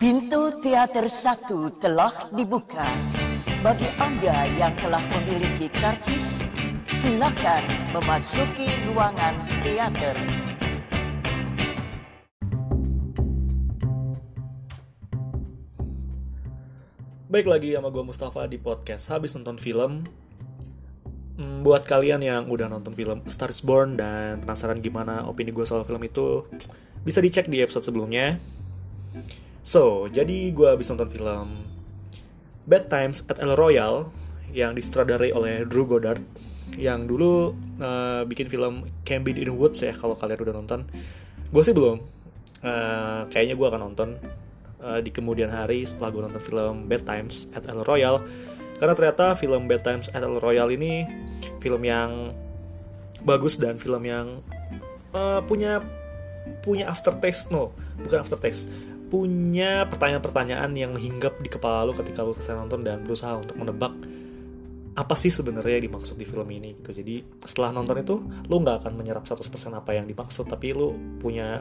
Pintu teater 1 telah dibuka. Bagi Anda yang telah memiliki karcis, silakan memasuki ruangan teater. Baik lagi sama gue Mustafa di podcast Habis Nonton Film. Buat kalian yang udah nonton film Star is Born dan penasaran gimana opini gue soal film itu, bisa dicek di episode sebelumnya. So, jadi gue habis nonton film Bad Times at El Royale yang disutradarai oleh Drew Goddard, yang dulu bikin film Cabin in the Woods ya, kalau kalian udah nonton. Gue sih belum. Kayaknya gue akan nonton di kemudian hari setelah gue nonton film Bad Times at El Royale, karena ternyata film Bad Times at El Royale ini film yang bagus dan film yang punya aftertaste, punya pertanyaan-pertanyaan yang menghinggap di kepala lu ketika lu selesai nonton dan berusaha untuk menebak apa sih sebenarnya yang dimaksud di film ini gitu. Jadi setelah nonton itu lu nggak akan menyerap 100% apa yang dimaksud, tapi lu punya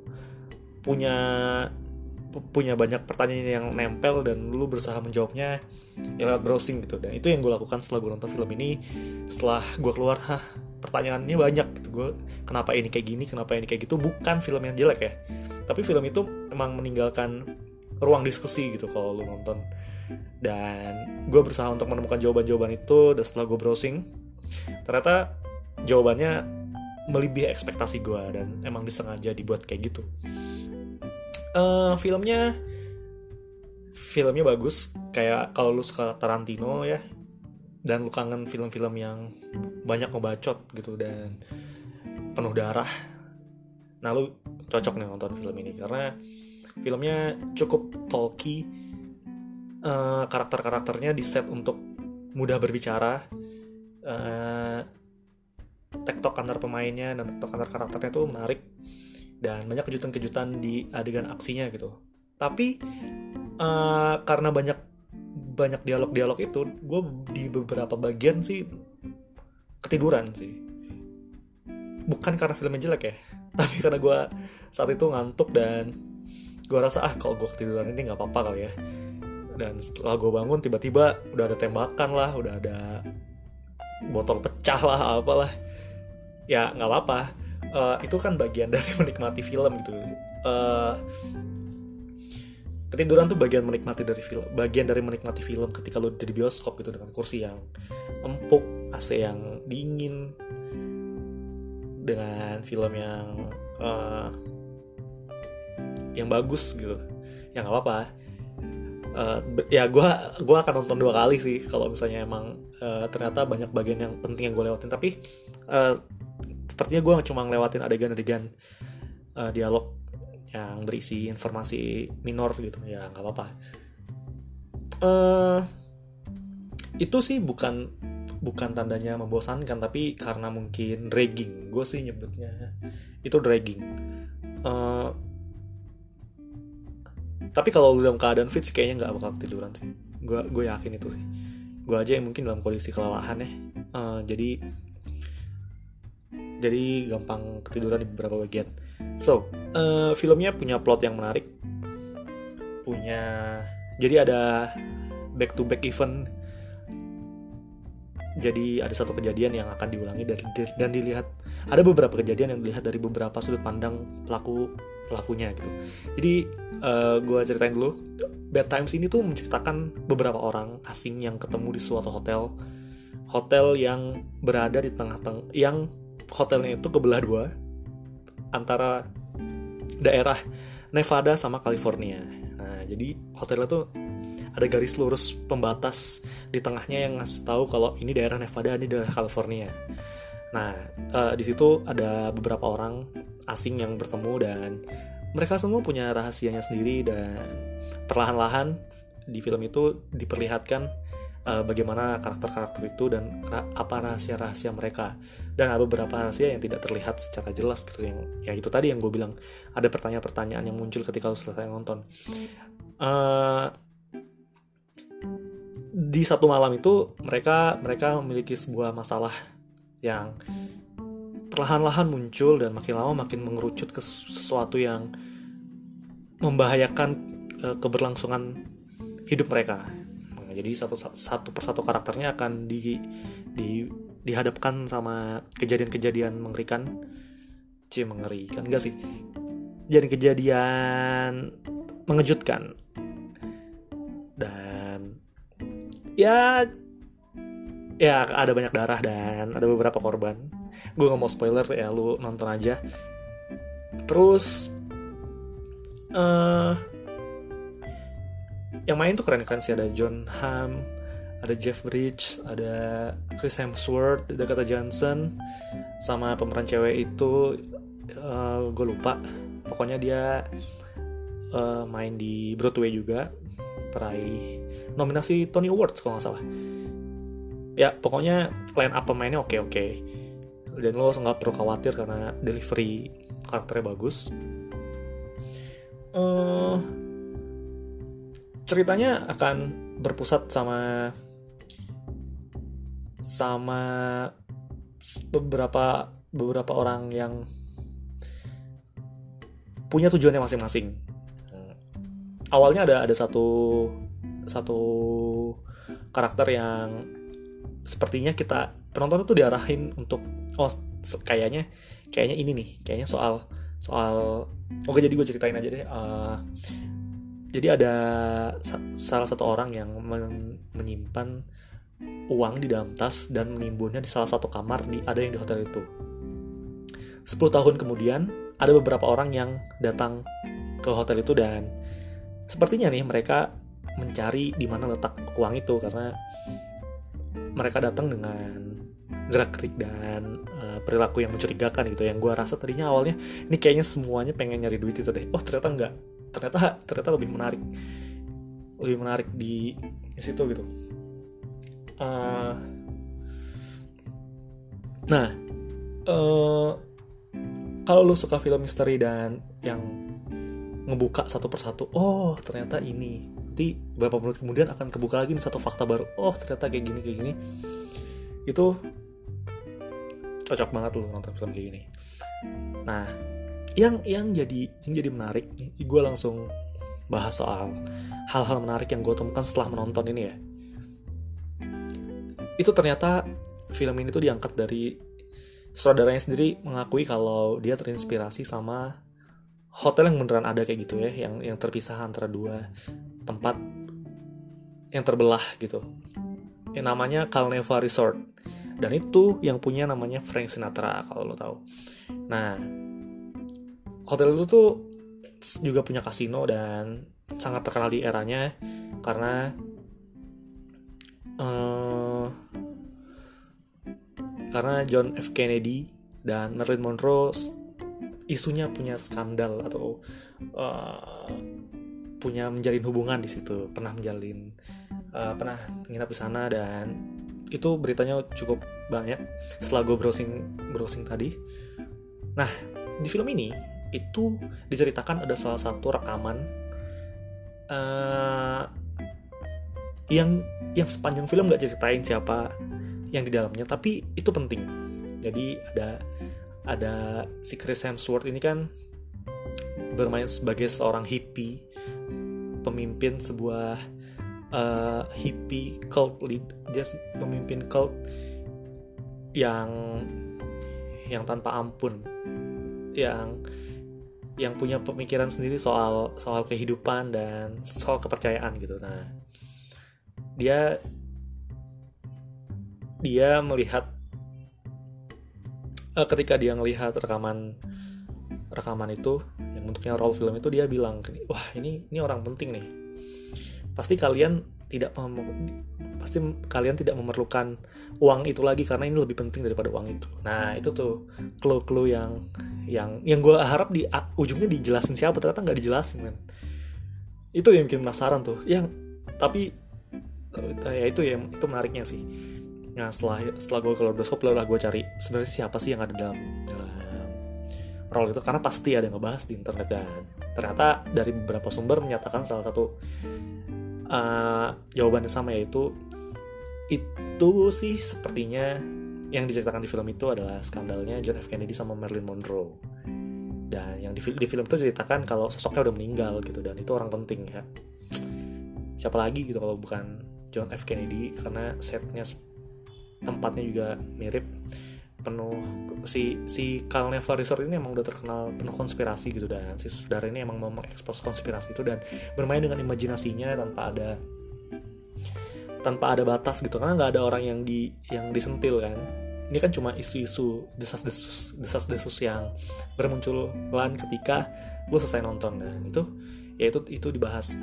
banyak pertanyaan yang nempel dan lu berusaha menjawabnya ya lewat browsing gitu. Dan itu yang gue lakukan setelah gue nonton film ini. Setelah gue keluar, pertanyaannya banyak gitu. Gue kenapa ini kayak gini, kenapa ini kayak gitu. Bukan film yang jelek ya, tapi film itu emang meninggalkan ruang diskusi gitu kalau lu nonton. Dan gue berusaha untuk menemukan jawaban-jawaban itu. Dan setelah gue browsing, ternyata jawabannya melebihi ekspektasi gue dan emang disengaja dibuat kayak gitu. Filmnya bagus. Kayak kalau lu suka Tarantino ya, dan lu kangen film-film yang banyak ngebacot gitu dan penuh darah, nah lu cocok nih nonton film ini karena filmnya cukup talky. Karakter-karakternya di set untuk mudah berbicara. Tektok antar pemainnya dan tektok antar karakternya tuh menarik dan banyak kejutan-kejutan di adegan aksinya gitu. Tapi karena banyak dialog-dialog itu, gue di beberapa bagian sih ketiduran sih. Bukan karena filmnya jelek ya, tapi karena gue saat itu ngantuk dan gue rasa kalau gue ketiduran ini nggak apa-apa kali ya. Dan setelah gue bangun, tiba-tiba udah ada tembakan lah, udah ada botol pecah lah, apalah. Ya nggak apa-apa. Itu kan bagian dari menikmati film gitu. Ketiduran tuh bagian dari menikmati film ketika lu di bioskop gitu, dengan kursi yang empuk, AC yang dingin, dengan film yang bagus gitu. Ya nggak apa-apa. Ya gue akan nonton 2 kali sih kalau misalnya emang ternyata banyak bagian yang penting yang gue lewatin. Tapi sepertinya gue cuma ngelewatin adegan-adegan dialog yang berisi informasi minor gitu. Ya nggak apa-apa. Itu sih bukan tandanya membosankan, tapi karena mungkin dragging. Gue sih nyebutnya itu dragging. Tapi kalau dalam keadaan fit sih kayaknya nggak bakal ketiduran sih. Gue yakin itu sih. Gue aja yang mungkin dalam kondisi kelelahan ya. Jadi gampang ketiduran di beberapa bagian. So, filmnya punya plot yang menarik. Jadi ada back to back event. Jadi ada satu kejadian yang akan diulangi dan dilihat. Ada beberapa kejadian yang dilihat dari beberapa sudut pandang pelakunya gitu. Jadi gue ceritain dulu. Bad Times ini tuh menceritakan beberapa orang asing yang ketemu di suatu hotel yang berada di tengah-tengah, yang hotelnya itu kebelah 2 antara daerah Nevada sama California. Nah, jadi hotelnya tuh ada garis lurus pembatas di tengahnya yang ngasih tahu kalau ini daerah Nevada, ini daerah California. Nah, di situ ada beberapa orang asing yang bertemu dan mereka semua punya rahasianya sendiri, dan perlahan-lahan di film itu diperlihatkan bagaimana karakter-karakter itu dan apa rahasia-rahasia mereka. Dan ada beberapa rahasia yang tidak terlihat secara jelas gitu, yang ya itu tadi yang gue bilang, ada pertanyaan-pertanyaan yang muncul ketika lu selesai nonton. Di satu malam itu mereka memiliki sebuah masalah yang perlahan-lahan muncul dan makin lama makin mengerucut ke sesuatu yang membahayakan keberlangsungan hidup mereka. Nah, jadi satu persatu karakternya akan dihadapkan sama kejadian-kejadian mengerikan. Mengerikan enggak sih? Kejadian mengejutkan. Dan ya ada banyak darah dan ada beberapa korban. Gue gak mau spoiler ya, lu nonton aja. Terus yang main tuh keren-keren sih. Ada Jon Hamm, ada Jeff Bridges, ada Chris Hemsworth, Dakota Johnson, sama pemeran cewek itu gue lupa. Pokoknya dia main di Broadway juga, peraih nominasi Tony Awards kalau nggak salah. Ya pokoknya line up pemainnya oke. Dan lo nggak perlu khawatir karena delivery karakternya bagus. Ceritanya akan berpusat sama beberapa orang yang punya tujuannya masing-masing. Awalnya ada satu karakter yang sepertinya kita penonton itu diarahin untuk kayaknya ini nih, kayaknya soal oke, jadi gue ceritain aja deh. Jadi ada salah satu orang yang menyimpan uang di dalam tas dan menimbunnya di salah satu kamar ada yang di hotel itu. 10 tahun kemudian ada beberapa orang yang datang ke hotel itu dan sepertinya nih mereka mencari di mana letak uang itu karena mereka datang dengan gerak-gerik dan perilaku yang mencurigakan gitu. Yang gue rasa tadinya awalnya ini kayaknya semuanya pengen nyari duit itu deh. Oh ternyata enggak. Ternyata lebih menarik di situ gitu. Kalau lu suka film misteri dan yang ngebuka satu persatu, oh ternyata ini, nanti beberapa menit kemudian akan kebuka lagi nih satu fakta baru, oh ternyata kayak gini, itu cocok banget lu nonton film kayak gini. Nah, yang jadi menarik, gue langsung bahas soal hal-hal menarik yang gue temukan setelah menonton ini ya. Itu ternyata film ini tuh diangkat dari sutradaranya sendiri mengakui kalau dia terinspirasi sama hotel yang beneran ada kayak gitu ya, yang terpisah antara dua tempat yang terbelah gitu. Yang namanya Calneva Resort. Dan itu yang punya namanya Frank Sinatra kalau lo tahu. Nah, hotel itu tuh juga punya kasino dan sangat terkenal di eranya karena John F. Kennedy dan Marilyn Monroe isunya punya skandal atau punya menjalin hubungan di situ, pernah menginap di sana, dan itu beritanya cukup banyak setelah gue browsing tadi. Nah, di film ini itu diceritakan ada salah satu rekaman yang sepanjang film gak ceritain siapa yang di dalamnya, tapi itu penting. Jadi ada si Chris Hemsworth ini kan bermain sebagai seorang hippie, pemimpin sebuah hippie cult lead. Dia pemimpin cult yang tanpa ampun, yang punya pemikiran sendiri soal kehidupan dan soal kepercayaan gitu. Nah, dia melihat ketika dia melihat rekaman itu yang bentuknya roll film itu, dia bilang, wah ini orang penting nih. Pasti kalian tidak memerlukan uang itu lagi karena ini lebih penting daripada uang itu. Nah, itu tuh clue yang gue harap di ujungnya dijelasin siapa, ternyata nggak dijelasin kan. Itu yang bikin penasaran tuh. Tapi ya itu menariknya sih. Nah, setelah gue keluar bioskop, lalu gue cari sebenarnya siapa sih yang ada dalam role itu, karena pasti ada yang ngebahas di internet, dan ternyata dari beberapa sumber menyatakan salah satu jawabannya sama, yaitu itu sih sepertinya yang diceritakan di film itu adalah skandalnya John F. Kennedy sama Marilyn Monroe. Dan yang di film itu ceritakan kalau sosoknya udah meninggal gitu, dan itu orang penting ya. Siapa lagi gitu kalau bukan John F. Kennedy, karena setnya, tempatnya juga mirip, penuh si Carnival Resort ini emang udah terkenal penuh konspirasi gitu, dan si saudara ini emang mau mengekspos konspirasi itu dan bermain dengan imajinasinya tanpa ada batas gitu, karena nggak ada orang yang disentil kan. Ini kan cuma isu-isu desas-desus yang bermunculan ketika lu selesai nonton, dan itu dibahas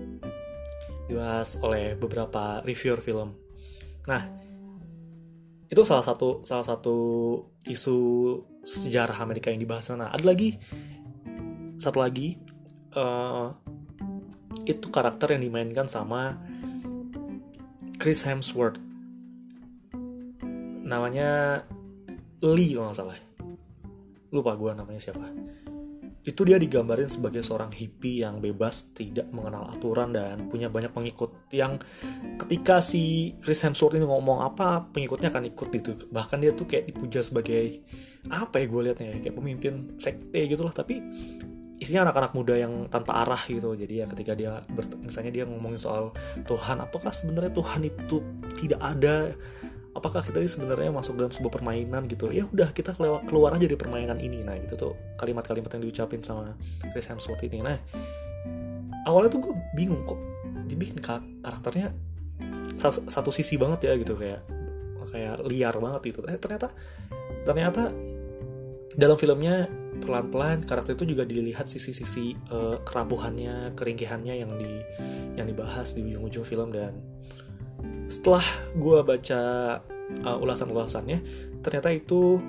oleh beberapa reviewer film. Nah, itu salah satu isu sejarah Amerika yang dibahas. Nah, ada satu lagi itu karakter yang dimainkan sama Chris Hemsworth, namanya Lee kalau nggak salah, lupa gue namanya siapa. Itu dia digambarin sebagai seorang hippie yang bebas, tidak mengenal aturan, dan punya banyak pengikut, yang ketika si Chris Hemsworth ini ngomong apa, pengikutnya akan ikut gitu. Bahkan dia tuh kayak dipuja sebagai apa ya, gue liatnya kayak pemimpin sekte gitu lah, tapi isinya anak-anak muda yang tanpa arah gitu. Jadi ya ketika dia misalnya dia ngomongin soal Tuhan, apakah sebenarnya Tuhan itu tidak ada, apakah kita ini sebenarnya masuk dalam sebuah permainan gitu, ya udah kita keluar aja dari permainan ini. Nah itu tuh kalimat-kalimat yang diucapin sama Chris Hemsworth ini. Nah awalnya tuh gue bingung kok dibikin karakternya satu sisi banget ya gitu, kayak liar banget gitu. Ternyata dalam filmnya pelan-pelan karakter itu juga dilihat sisi-sisi kerapuhannya, keringkihannya yang dibahas di ujung-ujung film. Dan setelah gue baca ulasan-ulasannya, ternyata itu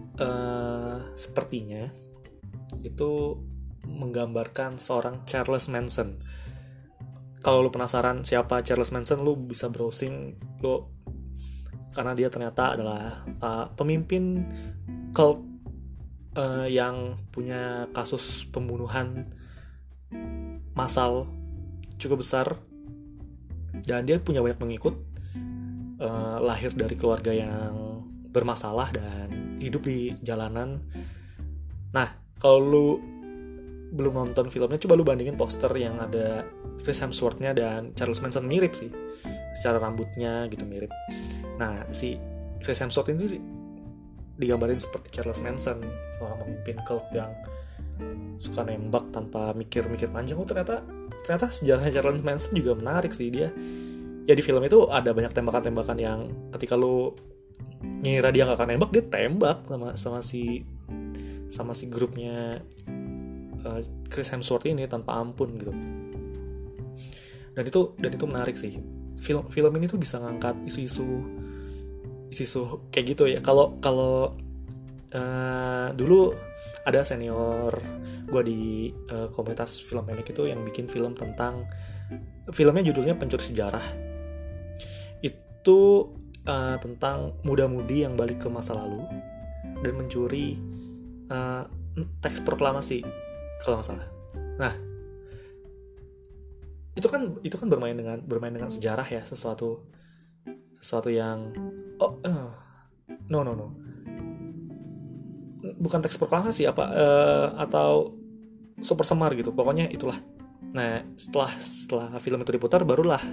sepertinya itu menggambarkan seorang Charles Manson. Kalau lu penasaran siapa Charles Manson, lu bisa browsing karena dia ternyata adalah pemimpin cult yang punya kasus pembunuhan massal cukup besar, dan dia punya banyak pengikut, lahir dari keluarga yang bermasalah dan hidup di jalanan. Nah, kalau lu belum nonton filmnya, coba lu bandingin poster yang ada Chris Hemsworth-nya dan Charles Manson. Mirip sih, secara rambutnya gitu mirip. Nah, si Chris Hemsworth ini digambarin seperti Charles Manson, seorang pemimpin cult yang suka nembak tanpa mikir-mikir panjang. Ternyata sejarahnya Charles Manson juga menarik sih. Dia ya di film itu ada banyak tembakan-tembakan yang ketika lu ngira dia gak akan nembak, dia tembak sama si grupnya Chris Hemsworth ini tanpa ampun gitu. Dan itu menarik sih. Film ini tuh bisa ngangkat isu-isu kayak gitu ya. Kalau dulu ada senior gue di komunitas film pendek itu yang bikin film tentang, filmnya judulnya Pencuri Sejarah. Itu tentang muda-mudi yang balik ke masa lalu dan mencuri teks proklamasi kalau nggak salah. Nah, itu kan bermain dengan sejarah ya, sesuatu yang no bukan teks proklamasi atau super semar gitu, pokoknya itulah. Nah setelah film itu diputar, barulah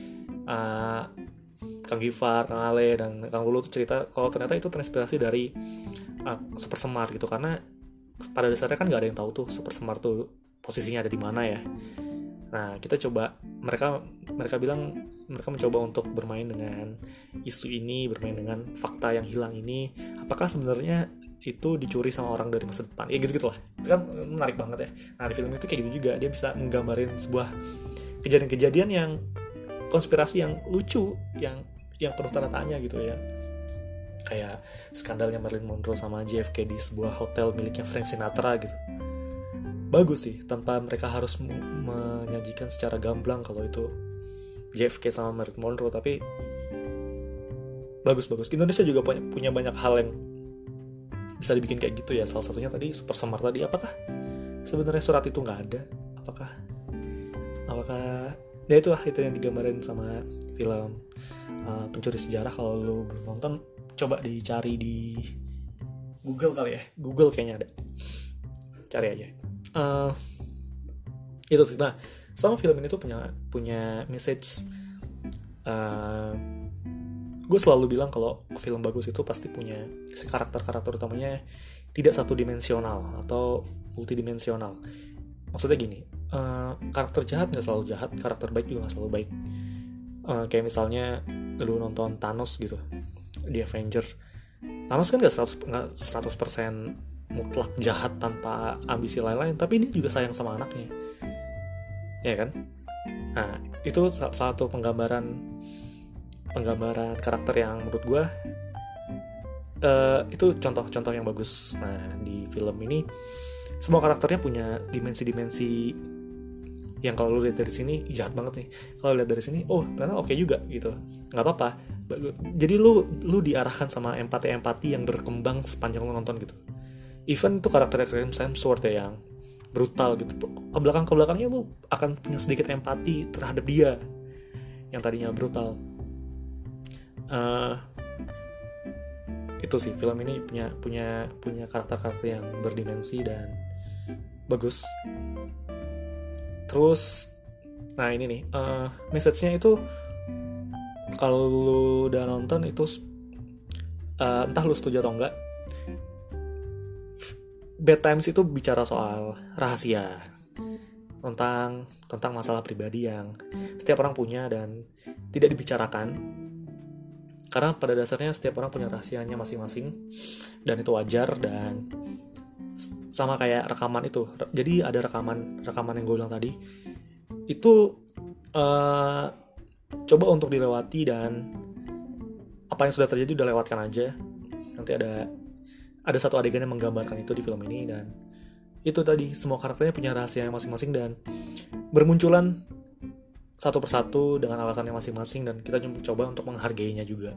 Kang Gifar, Kang Ale, dan Kang Lulu tuh cerita kalau ternyata itu terinspirasi dari super semar gitu, karena pada dasarnya kan nggak ada yang tahu tuh super semar tuh posisinya ada di mana ya. Nah mereka bilang mereka mencoba untuk bermain dengan isu ini, bermain dengan fakta yang hilang ini. Apakah sebenarnya itu dicuri sama orang dari masa depan? Ya gitu-gitulah. Itu kan menarik banget ya. Nah di film itu kayak gitu juga, dia bisa menggambarin sebuah kejadian-kejadian yang konspirasi yang lucu, yang penuh tanda tanya gitu ya. Kayak skandalnya Marilyn Monroe sama JFK di sebuah hotel miliknya Frank Sinatra gitu. Bagus sih, tanpa mereka harus menyajikan secara gamblang kalau itu JFK sama Marilyn Monroe, tapi bagus. Indonesia juga punya banyak hal yang bisa dibikin kayak gitu ya. Salah satunya tadi super semar tadi. Apakah sebenarnya surat itu nggak ada? Apakah ya itu yang digambarin sama film Pencuri Sejarah. Kalau lo belum nonton, coba dicari di Google kali ya. Google kayaknya ada. cari aja. Itu sih. Nah, sama film ini tuh punya message. Gue selalu bilang kalau film bagus itu pasti punya si karakter utamanya tidak satu dimensional atau multidimensional. Maksudnya gini, karakter jahat nggak selalu jahat, karakter baik juga nggak selalu baik. Kayak misalnya lu nonton Thanos gitu di Avenger. Thanos kan nggak 100% mutlak jahat tanpa ambisi lain-lain, tapi dia juga sayang sama anaknya, ya kan? Nah, itu satu penggambaran karakter yang menurut gue itu contoh yang bagus. Nah, di film ini semua karakternya punya dimensi-dimensi yang kalau lu lihat dari sini jahat banget nih, kalau lihat dari sini ternyata oke juga gitu, nggak apa-apa. Jadi lu diarahkan sama empati yang berkembang sepanjang lu nonton gitu. Even itu karakternya Chris Hemsworth ya, yang brutal gitu, ke belakangnya lu akan punya sedikit empati terhadap dia yang tadinya brutal. Itu sih, film ini punya karakter-karakter yang berdimensi dan bagus. Terus, nah ini nih, message-nya itu kalau lu udah nonton itu entah lu setuju atau enggak, Bad Times itu bicara soal rahasia, tentang masalah pribadi yang setiap orang punya dan tidak dibicarakan. Karena pada dasarnya setiap orang punya rahasianya masing-masing, dan itu wajar. Dan sama kayak rekaman itu, jadi ada rekaman yang gue bilang tadi itu coba untuk dilewati, dan apa yang sudah terjadi udah lewatkan aja. Nanti ada satu adegan yang menggambarkan itu di film ini, dan itu tadi, semua karakternya punya rahasianya masing-masing dan bermunculan satu persatu dengan alasannya masing-masing, dan kita coba untuk menghargainya juga.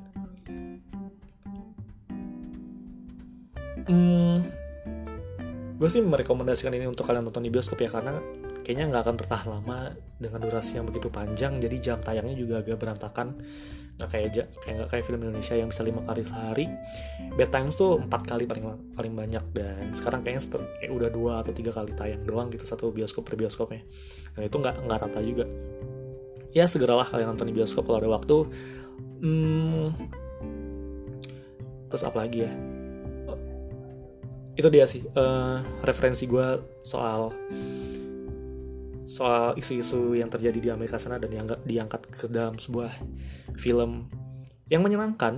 Gue sih merekomendasikan ini untuk kalian nonton di bioskop ya, karena kayaknya nggak akan bertahan lama dengan durasi yang begitu panjang. Jadi jam tayangnya juga agak berantakan, nggak kayak film Indonesia yang bisa 5 kali sehari. Bad Times tuh 4 kali paling banyak, dan sekarang kayaknya udah 2 atau 3 kali tayang doang gitu, satu bioskop per bioskopnya. Dan itu nggak rata juga. Ya segeralah kalian nonton di bioskop kalau ada waktu. Terus apa lagi ya? Itu dia sih referensi gue soal isu-isu yang terjadi di Amerika sana dan diangkat ke dalam sebuah film yang menyenangkan.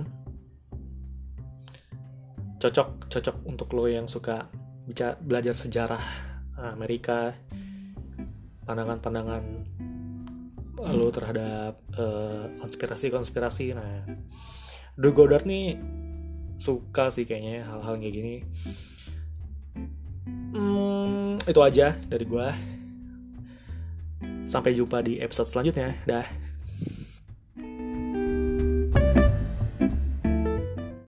Cocok untuk lo yang suka belajar sejarah Amerika, pandangan lo terhadap konspirasi. Nah, Drew Goddard nih suka sih kayaknya hal-hal kayak gini. Itu aja dari gue. Sampai jumpa di episode selanjutnya. Dah.